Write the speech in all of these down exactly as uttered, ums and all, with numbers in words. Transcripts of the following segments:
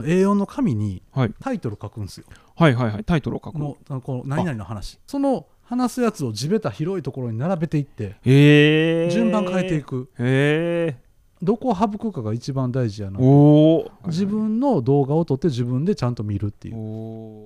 エーよん の紙にはいタイトル書くんですよ。 はいはいはい、タイトルを書く。 もうあのこの何々の話、その話すやつを地べた広いところに並べていってへー順番変えていく。 へどこを省くかが一番大事やな。 おー自分の動画を撮って自分でちゃんと見るっていう。 お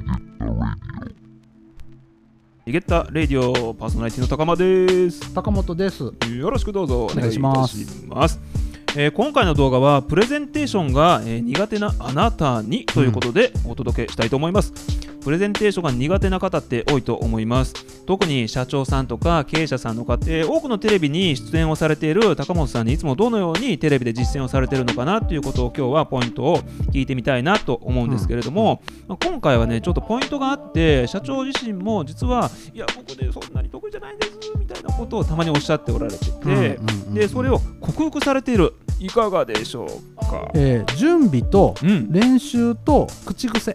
リゲッタレディオパーソナリティの高間です。 高本です。 よろしくどうぞお願いいたしお願います。 します。 えー今回の動画はプレゼンテーションが、えー苦手なあなたにということでお届けしたいと思います。プレゼンテーションが苦手な方って多いと思います。特に社長さんとか経営者さんの方、えー多くのテレビに出演をされている高本さんにいつもどのようにテレビで実践をされているのかなということを今日はポイントを聞いてみたいなと思うんですけれども、まあ今回はねちょっとポイントがあって、社長自身も実はいや僕ねそんなに得意じゃないんですみたいなことをたまにおっしゃっておられてて、 うんうんうんでそれを克服されている。いかがでしょうか。 えー準備とうん練習と口癖。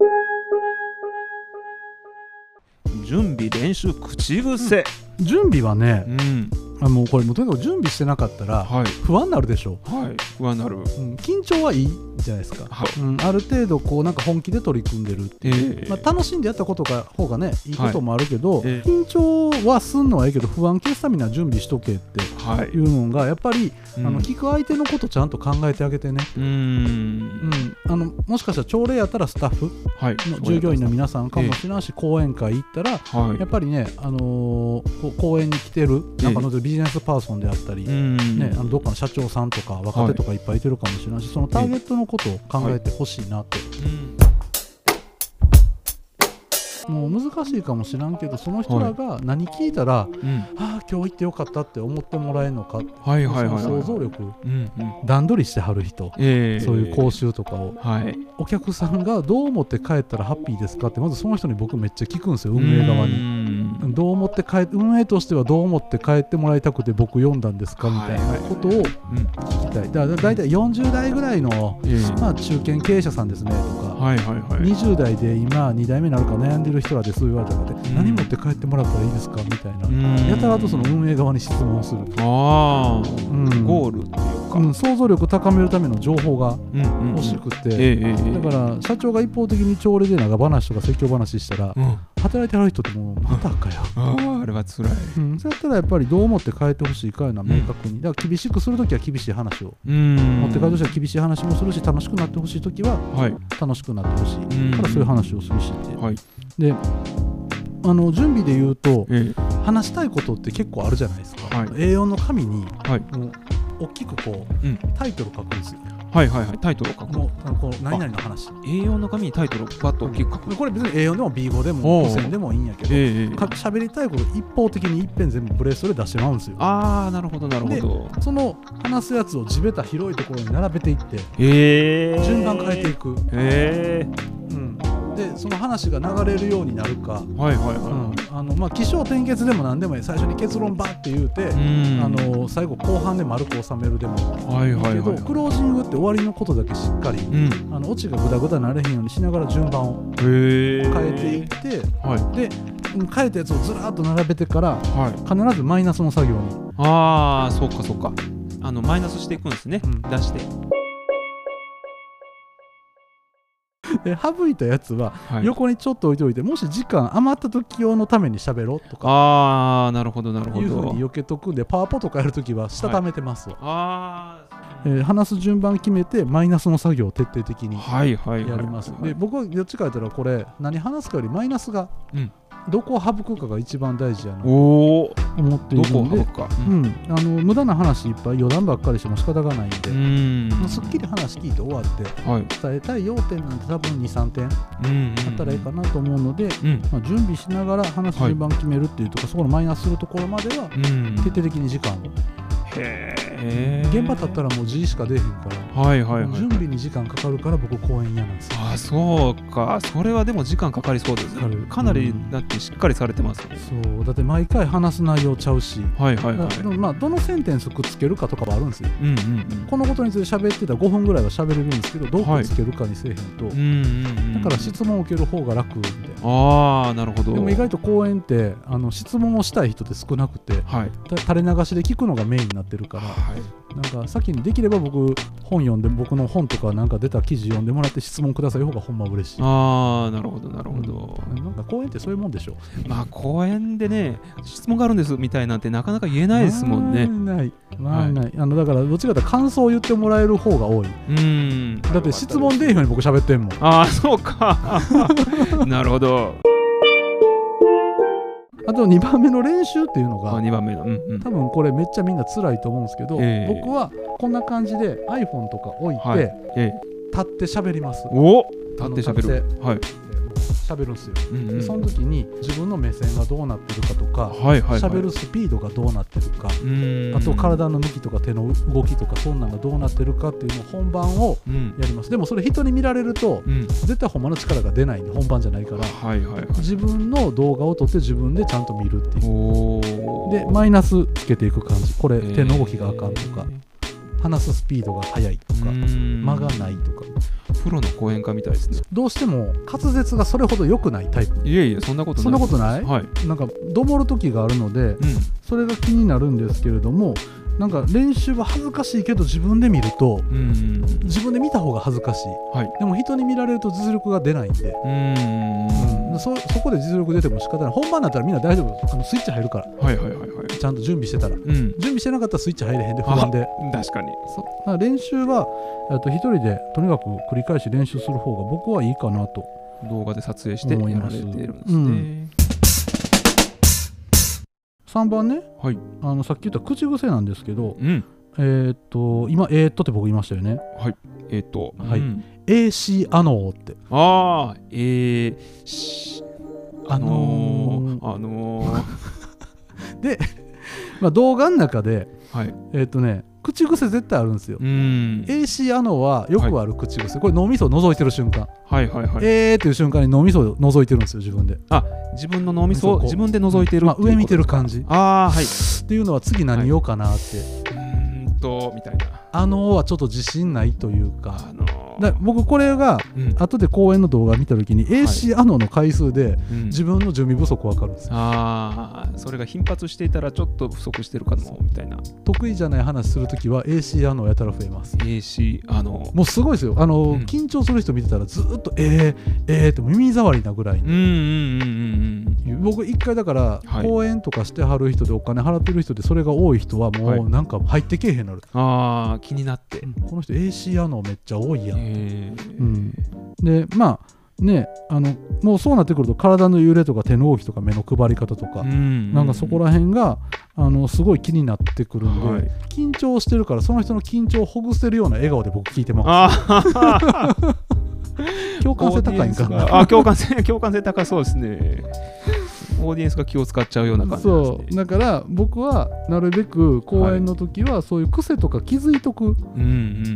準備練習口癖、 準備はねう、んあもうこれもうとにかく準備してなかったらはい不安になるでしょはい不安になる。 う、うん、緊張はいいじゃないですか、 はいうん、ある程度こうなんか本気で取り組んでるっていう、 えーまあ、楽しんでやったことが方がねいいこともあるけど、 はいえー緊張はすんのはいいけど不安消すためには準備しとけってはいいうのがやっぱり、 うんあの聞く相手のことちゃんと考えてあげてね、 うーんうん、あのもしかしたら朝礼やったらスタッフはいの従業員の皆さんかもしれないし、講演会行ったらはいやっぱりね、あのーこう講演に来てるなんかのビジネスパーソンであったり、 うんね、あのどっかの社長さんとか若手とかいっぱいいてるかもしれないし、そのターゲットのことを考えてほしいなって、 うんもう難しいかもしらんけどその人らが何聞いたら、 うんああ今日行ってよかったって思ってもらえるのかって、 はいはいはいはいその想像力うんうん段取りしてはる人、 えーそういう講習とかをはいお客さんがどう思って帰ったらハッピーですかってまずその人に僕めっちゃ聞くんですよ、運営側に。 にどう思って帰運営としてはどう思って帰ってもらいたくて僕読んだんですかみたいなことをうん聞きたい。だから大体よんじゅう代ぐらいの、 えーまあ、中堅経営者さんですねとか、 はいはいはいにじゅう代で今に代目になるか悩んでる人らでそう言われたので、 ん何持って帰ってもらったらいいですかみたいな、 うんやたらとその運営側に質問をする、 ああうんゴールっていうかうん、想像力を高めるための情報がうんうんうん欲しくて、 えーえーえーだから社長が一方的に朝礼で長話とか説教話したら、 うん働いてはる人ってもうまたかよ、 あああれは辛い。 うん、そうやったらやっぱりどう思って変えてほしいかいうのは明確に、だから厳しくするときは厳しい話を、 うん持って帰るとしては厳しい話もするし、楽しくなってほしいときははい楽しくなってほしいうんからそういう話をするしって、 はいであの準備で言うとえー話したいことって結構あるじゃないですか、 はいエーよん の紙にはいもう大きくこう、 うんタイトル書くんですよ。 はいはいはいタイトルを書く。 もうあのこう何々の話、 エーよん の紙にタイトルをパッと大きく書く。 これ別に エーよん でも ビーご でおもう付箋でもいいんやけど、 ええか喋りたいこと一方的に一遍全部ブレストで出してまうんですよ。 ああなるほどなるほど。 その話すやつを地べた広いところに並べていってええ順番変えていく、 えうん、でその話が流れるようになるか、 えはいはいうんはあのまあ、起承転結でも何でもいい、最初に結論バッて言うて、 い。うんあの最後後半で丸く収めるでもはいはいけど、 はいクロージングって終わりのことだけしっかり、 うんあのオチがグダグダなれへんようにしながら順番をへえ変えていって、 はいでうん変えたやつをずらーっと並べてからはい必ずマイナスの作業に、 ああそうかそうかあのマイナスしていくんですね、 うん出してで省いたやつははい横にちょっと置いておいて、もし時間余った時用のために喋ろうとかああなるほどなるほいうふうどに避けとくんで、パワポとかやるときはしたためてますわ、 あえー話す順番決めてマイナスの作業を徹底的にあはいはいはいやります。 はいで僕はどっちか言ったらこれ何話すかよりマイナスがうんどこを省くかが一番大事やなとおお思っていどるので、 こを省くかうん、あの無駄な話いっぱい余談ばっかりしても仕方がないんで、 うんもうすっきり話聞いて終わってはい伝えたい要点なんて多分にさんてんあうんったらいいかなと思うので、 うんまあ、準備しながら話す順番決めるっていうとか、そこのマイナスするところまではうん徹底的に時間を、 へえ現場立ったらもう G しか出えへんから、 はいはいはい準備に時間かかるから僕講演嫌なんですよ。 あそうかそれはでも時間かかりそうですかかるねかなりだってしっかりされてますねそうだって毎回話す内容ちゃうし、 はいはいはいだまあ、どのセンテンスくっつけるかとかはあるんですよ。 うんうんうんこのことについて喋ってたらごふんぐらいは喋れるんですけど、どうくっつけるかにせえへんと、 うんうんうんだから質問を受ける方が楽みたいな。 ああなるほどでも意外と講演ってあの質問をしたい人って少なくて、 はいた垂れ流しで聞くのがメインになってるから、 はなんか先にできれば僕本読んで僕の本とかなんか出た記事読んでもらって質問ください方がほんま嬉しい。 ああなるほどなるほど、 うん、なんか講演ってそういうもんでしょ。 まあ講演でね質問があるんですみたいなんてなかなか言えないですもんね。 ないないない、はい、あのだからどっちかというと感想を言ってもらえる方が多い。うんだって質問でいいように僕喋ってんもん。 ああそうかなるほど。 あとにばんめの練習っていうのがにばんめの、うんうん、 多分これめっちゃみんな辛いと思うんですけど、えー、僕はこんな感じで iPhone とか置いて、はいえー、立って喋ります。 お立って喋る。はい喋るんですよ、うんうん、その時に自分の目線がどうなってるかとか、はいはいはい、喋るスピードがどうなってるか、あと体の向きとか手の動きとかそんなのがどうなってるかっていうのを本番をやります、うん、でもそれ人に見られると、うん、絶対ほんまの力が出ないんで本番じゃないから、はいはいはい、自分の動画を撮って自分でちゃんと見るっていうでマイナスつけていく感じ。これ手の動きがあかんとか話すスピードが速いとか間がないとかプロの講演家みたいですね。 どうしても滑舌がそれほど良くないタイプ。 いえいえそんなことない。 そんなことない、はい、なんかどもる時があるので、うん、それが気になるんですけれどもなんか練習は恥ずかしいけど自分で見ると、うん、自分で見た方が恥ずかしい、はい、でも人に見られると実力が出ないんで、うんうん、そ, そこで実力出ても仕方ない。本番だったらみんな大丈夫。あのスイッチ入るから、はいはいはいはい、ちゃんと準備してたら、うん、準備してなかったらスイッチ入れへんで不安で。 確かにそうだから練習はと一人でとにかく繰り返し練習する方が僕はいいかなと。 動画で撮影してやられているんですね、うん、 さんばんね、はい、あのさっき言った口癖なんですけど、うん、えー、っと今えー、っとって僕言いましたよね。 はいえー、っとはい、うん、エーシー あのーってああえーしあのー、あのー、 で、まあ、動画の中で、はい、えー、っとね口癖絶対あるんですよ。うん エーシー あのはよくある口癖、はい、これ脳みそを覗いてる瞬間、はいはいはい、えーっていう瞬間に脳みそを覗いてるんですよ自分で。 あ自分の脳みそを自分で覗いてる、 まあ、上見てる感じ。 あはいっていうのは次何言おうかなって、 はい、うーんとみたいなあのはちょっと自信ないというか、あのー、だ僕これが、うん、後で講演の動画見た時に、はい、エーシー あのの回数で、うん、自分の準備不足分かるんですよ。 ああそれが頻発していたらちょっと不足してるかもみたいな。 得意じゃない話するときは エーシー あのやたら増えます。 エーシー あのもうすごいですよ。あの、うん、緊張する人見てたらずっとえーえーって耳障りなぐらいに、うんうんうんうん、僕一回だから、はい、講演とかしてはる人でお金払ってる人でそれが多い人はもうなんか入ってけえへんなる、 はい、ああ気になって、うん、 この人 エーシー あのめっちゃ多いやん、えーうん、でまあね、あのもうそうなってくると体の揺れとか手の動きとか目の配り方とか、うんうんうん、なんかそこら辺があのすごい気になってくるんで、はい、緊張してるからその人の緊張をほぐせるような笑顔で僕聞いてます。共感性高いんかな。 あ共感性共感性高そうですね。オーディエンスが気を使っちゃうような感じですね。 そうだから僕はなるべく講演の時はそういう癖とか気づいとく、はいうんうん、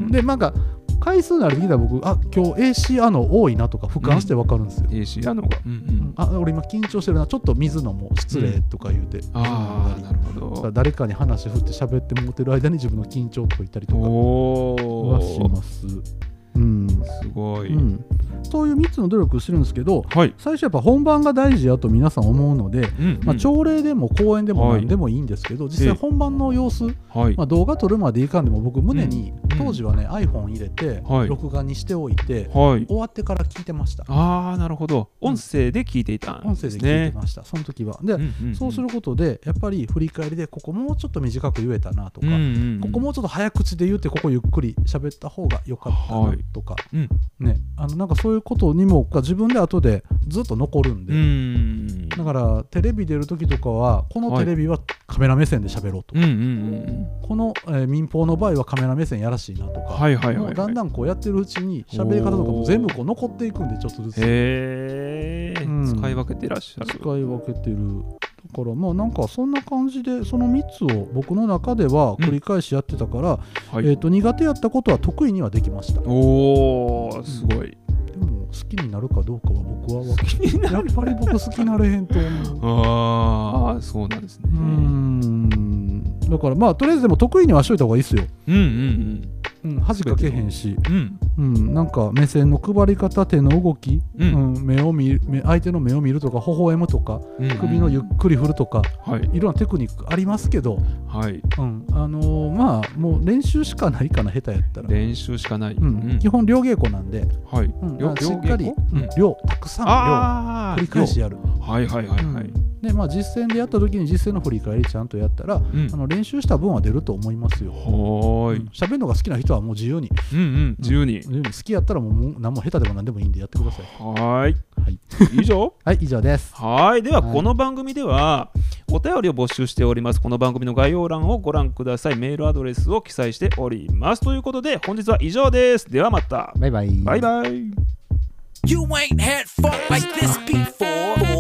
でなんか回数なりできたら僕あ今日 エーシー あの多いなとか俯瞰して分かるんですよ、 うん、エーシー あのが、うんうん、 あ俺今緊張してるなちょっと水飲もう失礼とか言うて、うん、 ああなるほど。 誰かに話振って喋ってもってる間に自分の緊張を解いたりとかはします。うん、 すごい、 うん、そういうみっつの努力をしてるんですけど、はい、最初やっぱ本番が大事やと皆さん思うので、うんうんまあ、朝礼でも講演でも何でもいいんですけど、はい、実際本番の様子、はいまあ、動画撮るまでいかんでも僕胸に、うん、当時はね iPhone 入れて、はい、録画にしておいて、はい、終わってから聞いてました。 ああなるほど音声で聞いていたんですね、 音声で聞いてましたその時はで、うんうんうん、そうすることでやっぱり振り返りでここもうちょっと短く言えたなとか、うんうんうん、ここもうちょっと早口で言ってここゆっくり喋った方が良かったなとか、はいうんね、あのなんかそういうことにも自分で後でずっと残るんで、うんだからテレビ出る時とかはこのテレビはカメラ目線で喋ろうとか、はいうんうんうん、この、えー、民放の場合はカメラ目線やらしいなとか、はいはいはいはい、だんだんこうやってるうちに喋り方とかも全部こう残っていくんでちょっとずつへー、うん、使い分けてらっしゃる。 使い分けてるだからまあなんかそんな感じでそのみっつを僕の中では繰り返しやってたから、うんはいえー、と苦手やったことは得意にはできました。 おーすごい、 うん、でも好きになるかどうかは僕は分かんやっぱり僕好きになれへんと思う。ああそうなんですね。うーんだからまあとりあえずでも得意にはしといた方がいいですよ。うんうんうん、うん、恥かけへんし、うん、 うん、なんか目線の配り方、手の動き、うんうん、目を見る目相手の目を見るとか微笑むとか、うんうん、首のゆっくり振るとか、はい、いろんなテクニックありますけど、はいうん、あのー、まあもう練習しかないかな、下手やったら練習しかない、 うんうん、基本両稽古なんで、はいうん、しっかり、うん、量たくさん量繰り返しやる。 はいはいはいはい、うんでまあ、実践でやった時に実践の振り返りちゃんとやったら、うん、あの練習した分は出ると思いますよ。 はい。 喋、うん、るのが好きな人はもう自由に、 うんうん、自由に、 うん、好きやったらもうもう何も下手でも何でもいいんでやってください。 はい、はい、以上はい以上です。 はいではこの番組ではお便りを募集しております。この番組の概要欄をご覧ください。メールアドレスを記載しておりますということで本日は以上です。ではまた。 バイバイ。 バイバイ。You ain't had fun like this before.